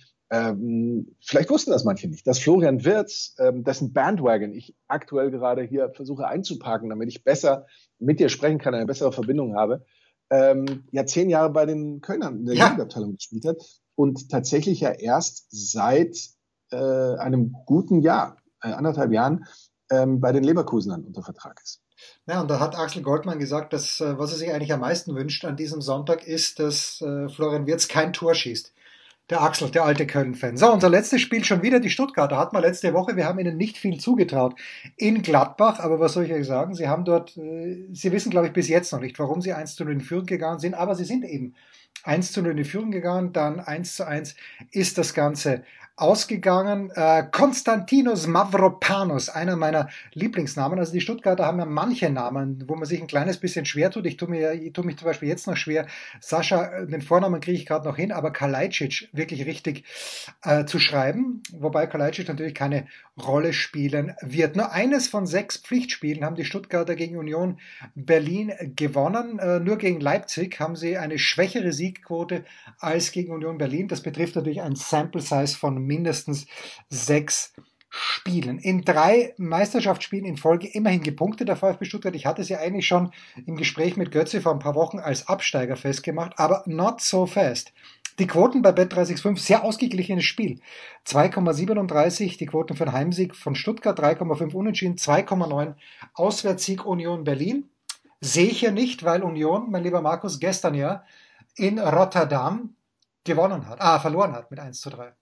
Ähm, vielleicht wussten das manche nicht, dass Florian Wirtz, ähm, dessen Bandwagon ich aktuell gerade hier versuche einzuparken, damit ich besser mit dir sprechen kann, eine bessere Verbindung habe, ähm, ja zehn Jahre bei den Kölnern in der ja. Jugendabteilung gespielt hat und tatsächlich ja erst seit äh, einem guten Jahr, äh, anderthalb Jahren, ähm, bei den Leverkusenern unter Vertrag ist. Ja, und da hat Axel Goldmann gesagt, dass was er sich eigentlich am meisten wünscht an diesem Sonntag ist, dass äh, Florian Wirtz kein Tor schießt. Der Axel, der alte Köln-Fan. So, unser letztes Spiel schon wieder die Stuttgarter. Hat man letzte Woche, wir haben ihnen nicht viel zugetraut in Gladbach, aber was soll ich euch sagen? Sie haben dort, äh, sie wissen glaube ich bis jetzt noch nicht, warum sie eins zu null in Führung gegangen sind, aber sie sind eben eins zu null in die Führung gegangen, dann eins zu eins ist das Ganze ausgegangen. Äh, Konstantinos Mavropanos, einer meiner Lieblingsnamen. Also die Stuttgarter haben ja manche Namen, wo man sich ein kleines bisschen schwer tut. Ich tue, mir, ich tue mich zum Beispiel jetzt noch schwer. Sascha, den Vornamen kriege ich gerade noch hin, aber Kalajdzic wirklich richtig äh, zu schreiben. Wobei Kalajdzic natürlich keine Rolle spielen wird. Nur eines von sechs Pflichtspielen haben die Stuttgarter gegen Union Berlin gewonnen. Äh, nur gegen Leipzig haben sie eine schwächere Siegquote als gegen Union Berlin. Das betrifft natürlich ein Sample Size von mindestens sechs Spielen. In drei Meisterschaftsspielen in Folge immerhin gepunktet der VfB Stuttgart. Ich hatte es ja eigentlich schon im Gespräch mit Götze vor ein paar Wochen als Absteiger festgemacht, aber not so fast. Die Quoten bei Bet drei sechs fünf, sehr ausgeglichenes Spiel. zwei Komma siebenunddreißig, die Quoten für den Heimsieg von Stuttgart, drei Komma fünf Unentschieden, zwei Komma neun Auswärtssieg Union Berlin. Sehe ich hier nicht, weil Union, mein lieber Markus, gestern ja in Rotterdam gewonnen hat, ah, verloren hat mit eins zu drei.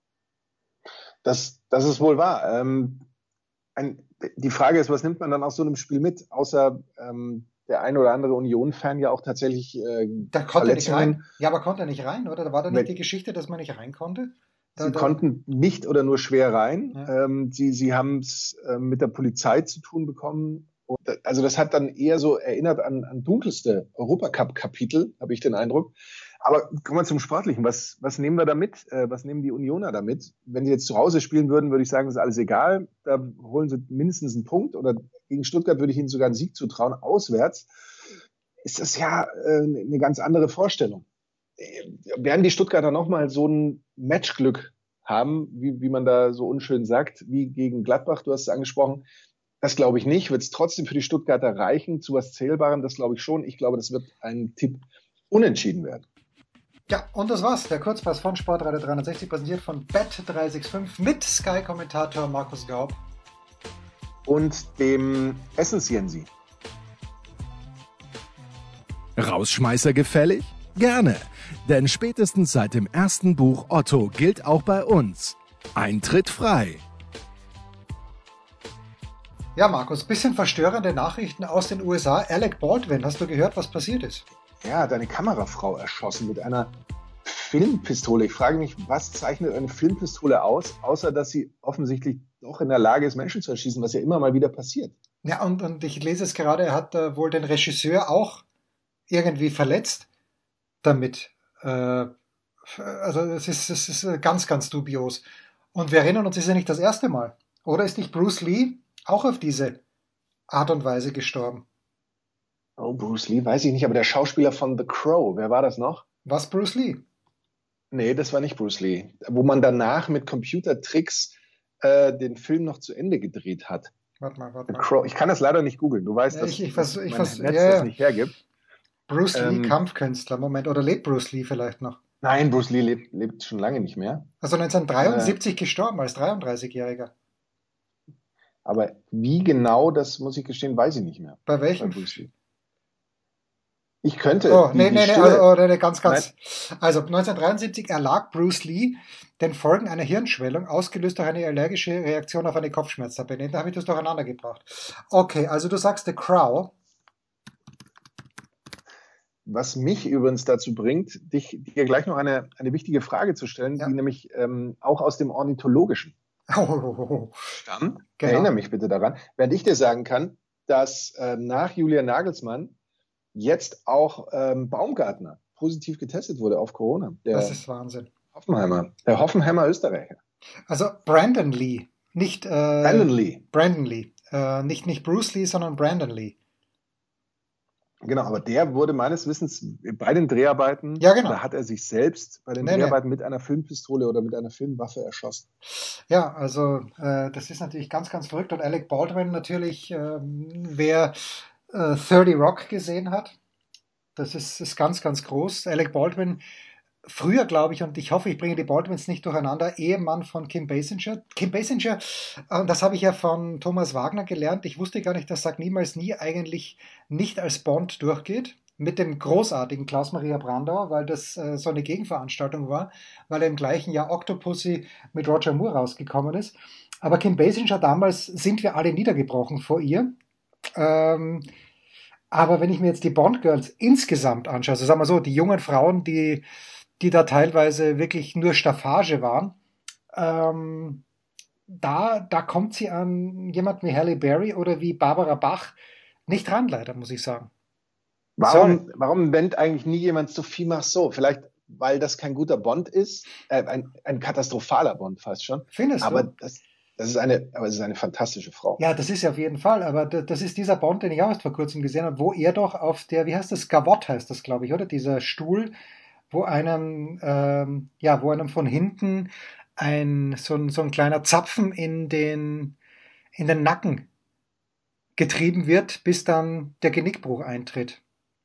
Das, das ist wohl wahr. Ähm, ein, die Frage ist, was nimmt man dann aus so einem Spiel mit? Außer ähm, der ein oder andere Union-Fan ja auch tatsächlich äh, da konnte er nicht rein. Ja, aber konnte er nicht rein, oder? Da war da nicht Wenn, die Geschichte, dass man nicht rein konnte? Da, sie da, konnten nicht oder nur schwer rein. Ja. Ähm, sie sie haben es äh, mit der Polizei zu tun bekommen. Und, also das hat dann eher so erinnert an, an dunkelste Europacup-Kapitel, habe ich den Eindruck. Aber kommen wir zum Sportlichen. Was, was nehmen wir da mit? Äh, was nehmen die Unioner damit? Wenn sie jetzt zu Hause spielen würden, würde ich sagen, ist alles egal. Da holen sie mindestens einen Punkt. Oder gegen Stuttgart würde ich ihnen sogar einen Sieg zutrauen. Auswärts ist das ja äh, eine ganz andere Vorstellung. Werden die Stuttgarter nochmal so ein Matchglück haben, wie, wie man da so unschön sagt, wie gegen Gladbach? Du hast es angesprochen. Das glaube ich nicht. Wird es trotzdem für die Stuttgarter reichen zu was Zählbarem? Das glaube ich schon. Ich glaube, das wird ein Tipp unentschieden werden. Ja, und das war's. Der Kurzpass von Sportradio dreihundertsechzig, präsentiert von Bet drei sechs fünf mit Sky-Kommentator Markus Gaub. Und dem Essens-Jensi. Rausschmeißer gefällig? Gerne, denn spätestens seit dem ersten Buch Otto gilt auch bei uns: Eintritt frei. Ja, Markus, bisschen verstörende Nachrichten aus den U S A. Alec Baldwin, hast du gehört, was passiert ist? Er hat eine Kamerafrau erschossen mit einer Filmpistole. Ich frage mich, was zeichnet eine Filmpistole aus, außer dass sie offensichtlich doch in der Lage ist, Menschen zu erschießen, was ja immer mal wieder passiert. Ja, und, und ich lese es gerade, er hat äh, wohl den Regisseur auch irgendwie verletzt damit. Äh, also es ist, es ist ganz, ganz dubios. Und wir erinnern uns, es ist ja nicht das erste Mal. Oder ist nicht Bruce Lee auch auf diese Art und Weise gestorben? Oh, Bruce Lee, weiß ich nicht, aber der Schauspieler von The Crow, wer war das noch? Was, Bruce Lee? Nee, das war nicht Bruce Lee. Wo man danach mit Computertricks äh, den Film noch zu Ende gedreht hat. Warte mal, warte The mal. Crow. Ich kann das leider nicht googeln. Du weißt, ja, dass ich, ich vers- ich mein vers- Netz ja, das ja. nicht hergibt. Bruce Lee, Ähm, Kampfkünstler, Moment, oder lebt Bruce Lee vielleicht noch? Nein, Bruce Lee lebt, lebt schon lange nicht mehr. Also neunzehnhundertdreiundsiebzig äh, gestorben, als dreiunddreißigjähriger. Aber wie genau, das muss ich gestehen, weiß ich nicht mehr. Bei welchem? Bei Bruce Lee. Ich könnte. Oh, die, nee, die nee, nee, Stimme, also, oh, nee, ganz, ganz. Nein. Also neunzehnhundertdreiundsiebzig erlag Bruce Lee den Folgen einer Hirnschwellung, ausgelöst durch eine allergische Reaktion auf eine Kopfschmerztablette. Da habe ich das durcheinander gebracht. Okay, also du sagst The Crow. Was mich übrigens dazu bringt, dich, dir gleich noch eine, eine wichtige Frage zu stellen, Ja. die nämlich ähm, auch aus dem Ornithologischen Oh, stammt. genau. Erinnere mich bitte daran. Während ich dir sagen kann, dass äh, nach Julian Nagelsmann jetzt auch ähm, Baumgartner positiv getestet wurde auf Corona. Der Das ist Wahnsinn. Hoffenheimer, der Hoffenheimer Österreicher. Also Brandon Lee, nicht äh, Brandon Lee. Brandon Lee, äh, nicht nicht Bruce Lee, sondern Brandon Lee. Genau, aber der wurde meines Wissens bei den Dreharbeiten, ja, genau. oder hat er sich selbst bei den nee, Dreharbeiten nee. mit einer Filmpistole oder mit einer Filmwaffe erschossen. Ja, also äh, das ist natürlich ganz, ganz verrückt. Und Alec Baldwin natürlich, ähm, wer äh, dreißig Rock gesehen hat, das ist, ist ganz, ganz groß. Alec Baldwin, früher glaube ich, und ich hoffe, ich bringe die Baldwins nicht durcheinander, Ehemann von Kim Basinger. Kim Basinger, äh, das habe ich ja von Thomas Wagner gelernt. Ich wusste gar nicht, dass Sag niemals nie eigentlich nicht als Bond durchgeht. Mit dem großartigen Klaus-Maria Brandauer, weil das äh, so eine Gegenveranstaltung war, weil er im gleichen Jahr Octopussy mit Roger Moore rausgekommen ist. Aber Kim Basinger, damals sind wir alle niedergebrochen vor ihr. Ähm, aber wenn ich mir jetzt die Bond-Girls insgesamt anschaue, also sagen wir so, die jungen Frauen, die, die da teilweise wirklich nur Staffage waren, ähm, da, da kommt sie an jemanden wie Halle Berry oder wie Barbara Bach nicht ran, leider, muss ich sagen. Warum, warum nennt eigentlich nie jemand Sophie Marceau? Vielleicht, weil das kein guter Bond ist, äh, ein, ein katastrophaler Bond fast schon. Findest aber du? Das, das ist eine, aber es ist eine fantastische Frau. Ja, das ist ja auf jeden Fall, aber das ist dieser Bond, den ich auch erst vor kurzem gesehen habe, wo er doch auf der, wie heißt das, Gavotte heißt das, glaube ich, oder? Dieser Stuhl, wo einem, ähm, ja, wo einem von hinten ein, so ein, so ein kleiner Zapfen in den, in den Nacken getrieben wird, bis dann der Genickbruch eintritt.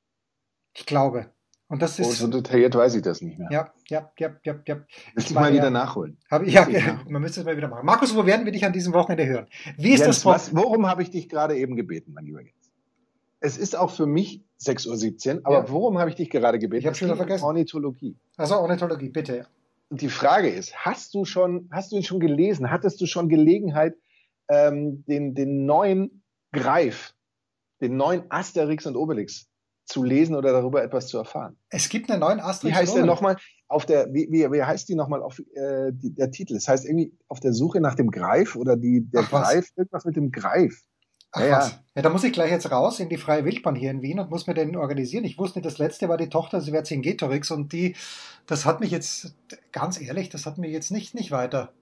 Ich glaube. Und das ist. Oh, so detailliert weiß ich das nicht mehr. Ja, ja, ja, ja, ja. Müsste ich mal wieder nachholen. Hab, ja, ja, man müsste es mal wieder machen. Markus, wo werden wir dich an diesem Wochenende hören? Wie ist Jens, das? Was, worum habe ich dich gerade eben gebeten, mein lieber Jens? Es ist auch für mich sechs Uhr siebzehn, aber ja. Worum habe ich dich gerade gebeten? Ich habe schon wieder vergessen. Ornithologie. Also Ornithologie, bitte. Und die Frage ist, hast du schon, hast du ihn schon gelesen? Hattest du schon Gelegenheit, ähm, den, den neuen Greif, den neuen Asterix und Obelix zu lesen oder darüber etwas zu erfahren? Es gibt einen neuen Asterix. Wie heißt der nochmal? Auf der, wie, wie, wie heißt die nochmal auf äh, die, der Titel? Das heißt irgendwie auf der Suche nach dem Greif oder die, der Ach, was? Greif, irgendwas mit dem Greif. Ach ja, was? Ja. ja, da muss ich gleich jetzt raus in die Freie Wildbahn hier in Wien und muss mir den organisieren. Ich wusste nicht, das letzte war die Tochter Vercingetorix und die, das hat mich jetzt, ganz ehrlich, das hat mich jetzt nicht, nicht weiter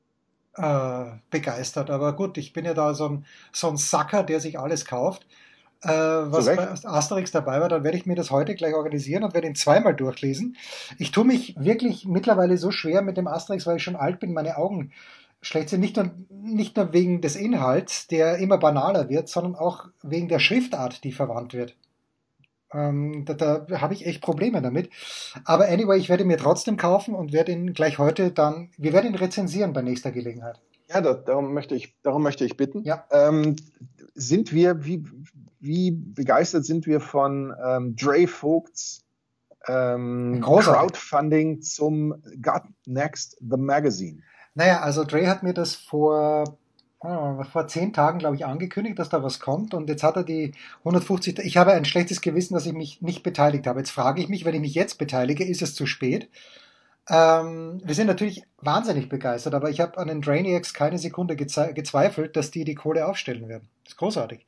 äh, begeistert. Aber gut, ich bin ja da so ein, so ein Sacker, der sich alles kauft. Äh, was bei Asterix dabei war, dann werde ich mir das heute gleich organisieren und werde ihn zweimal durchlesen. Ich tue mich wirklich mittlerweile so schwer mit dem Asterix, weil ich schon alt bin, meine Augen schlecht sind. Nicht nur, nicht nur wegen des Inhalts, der immer banaler wird, sondern auch wegen der Schriftart, die verwandt wird. Ähm, da da habe ich echt Probleme damit. Aber anyway, ich werde ihn mir trotzdem kaufen und werde ihn gleich heute dann, wir werden ihn rezensieren bei nächster Gelegenheit. Ja, da, darum möchte ich, darum möchte ich bitten. Ja. Ähm, sind wir, wie, wie begeistert sind wir von ähm, Dre Vogts ähm, Crowdfunding zum Got Next, the Magazine? Naja, also Dre hat mir das vor vor zehn Tagen, glaube ich, angekündigt, dass da was kommt, und jetzt hat er die hundertfünfzig, ich habe ein schlechtes Gewissen, dass ich mich nicht beteiligt habe. Jetzt frage ich mich, wenn ich mich jetzt beteilige, ist es zu spät? Ähm, wir sind natürlich wahnsinnig begeistert, aber ich habe an den Drainiacs keine Sekunde geze- gezweifelt, dass die die Kohle aufstellen werden. Das ist großartig.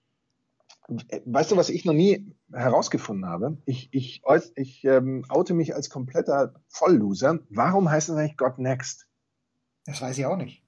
Weißt du, was ich noch nie herausgefunden habe? Ich, ich, ich ähm, oute mich als kompletter Vollloser. Warum heißt es eigentlich Got Next? Das weiß ich auch nicht.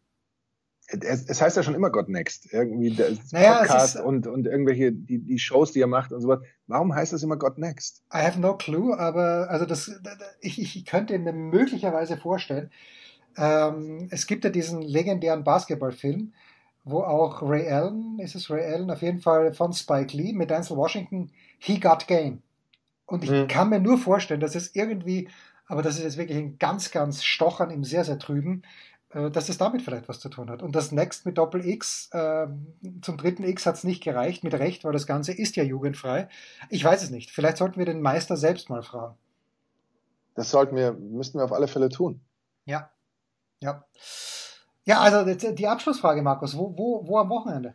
Es, es heißt ja schon immer Got Next. Irgendwie der naja, Podcast ist, und, und irgendwelche, die, die Shows, die er macht und so was. Warum heißt das immer Got Next? I have no clue, aber also das, ich, ich könnte mir möglicherweise vorstellen, ähm, es gibt ja diesen legendären Basketballfilm, wo auch Ray Allen, ist es Ray Allen, auf jeden Fall von Spike Lee mit Denzel Washington, He Got Game. Und ich hm. kann mir nur vorstellen, dass es irgendwie, aber das ist jetzt wirklich ein ganz, ganz Stochern im sehr, sehr trüben, dass es damit vielleicht was zu tun hat. Und das Next mit Doppel-X, äh, zum dritten X hat es nicht gereicht, mit Recht, weil das Ganze ist ja jugendfrei. Ich weiß es nicht. Vielleicht sollten wir den Meister selbst mal fragen. Das sollten wir, müssten wir auf alle Fälle tun. Ja, ja. Ja, also die Abschlussfrage, Markus, wo, wo, wo am Wochenende?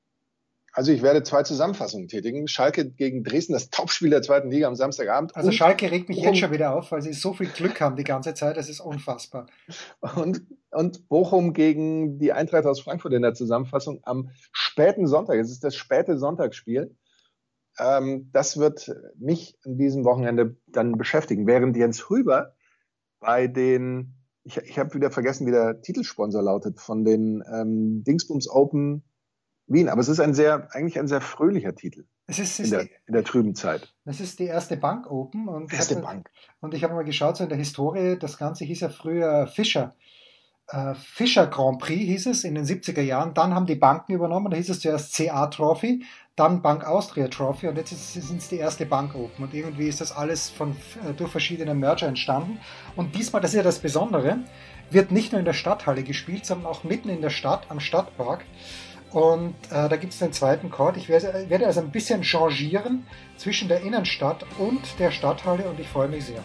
Also ich werde zwei Zusammenfassungen tätigen. Schalke gegen Dresden, das Topspiel der zweiten Liga am Samstagabend. Also Schalke regt mich Bochum jetzt schon wieder auf, weil sie so viel Glück haben die ganze Zeit. Das ist unfassbar. Und, und Bochum gegen die Eintracht aus Frankfurt in der Zusammenfassung am späten Sonntag. Es ist das späte Sonntagsspiel. Ähm, das wird mich an diesem Wochenende dann beschäftigen. Während Jens Huber bei den, ich, ich habe wieder vergessen, wie der Titelsponsor lautet, von den ähm, Dingsbums Open Wien, aber es ist ein sehr, eigentlich ein sehr fröhlicher Titel. Es ist, es in, der, die, in der trüben Zeit. Das ist die erste Bank Open. Und erste ich Bank. Und ich habe mal geschaut, so in der Historie, das Ganze hieß ja früher Fischer. Äh, Fischer Grand Prix hieß es in den siebziger Jahren. Dann haben die Banken übernommen. Da hieß es zuerst C A Trophy, dann Bank Austria Trophy, und jetzt sind es die erste Bank Open. Und irgendwie ist das alles von, äh, durch verschiedene Merger entstanden. Und diesmal, das ist ja das Besondere, wird nicht nur in der Stadthalle gespielt, sondern auch mitten in der Stadt, am Stadtpark. Und äh, da gibt es den zweiten Court. Ich werde, werde also ein bisschen changieren zwischen der Innenstadt und der Stadthalle, und ich freue mich sehr.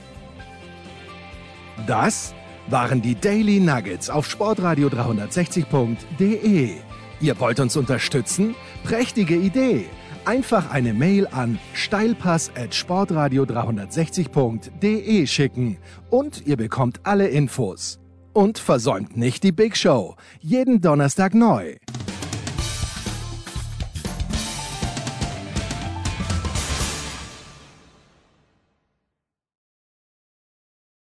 Das waren die Daily Nuggets auf sportradio dreihundertsechzig punkt de. Ihr wollt uns unterstützen? Prächtige Idee! Einfach eine Mail an steilpass at sportradio dreihundertsechzig punkt de schicken und ihr bekommt alle Infos. Und versäumt nicht die Big Show. Jeden Donnerstag neu.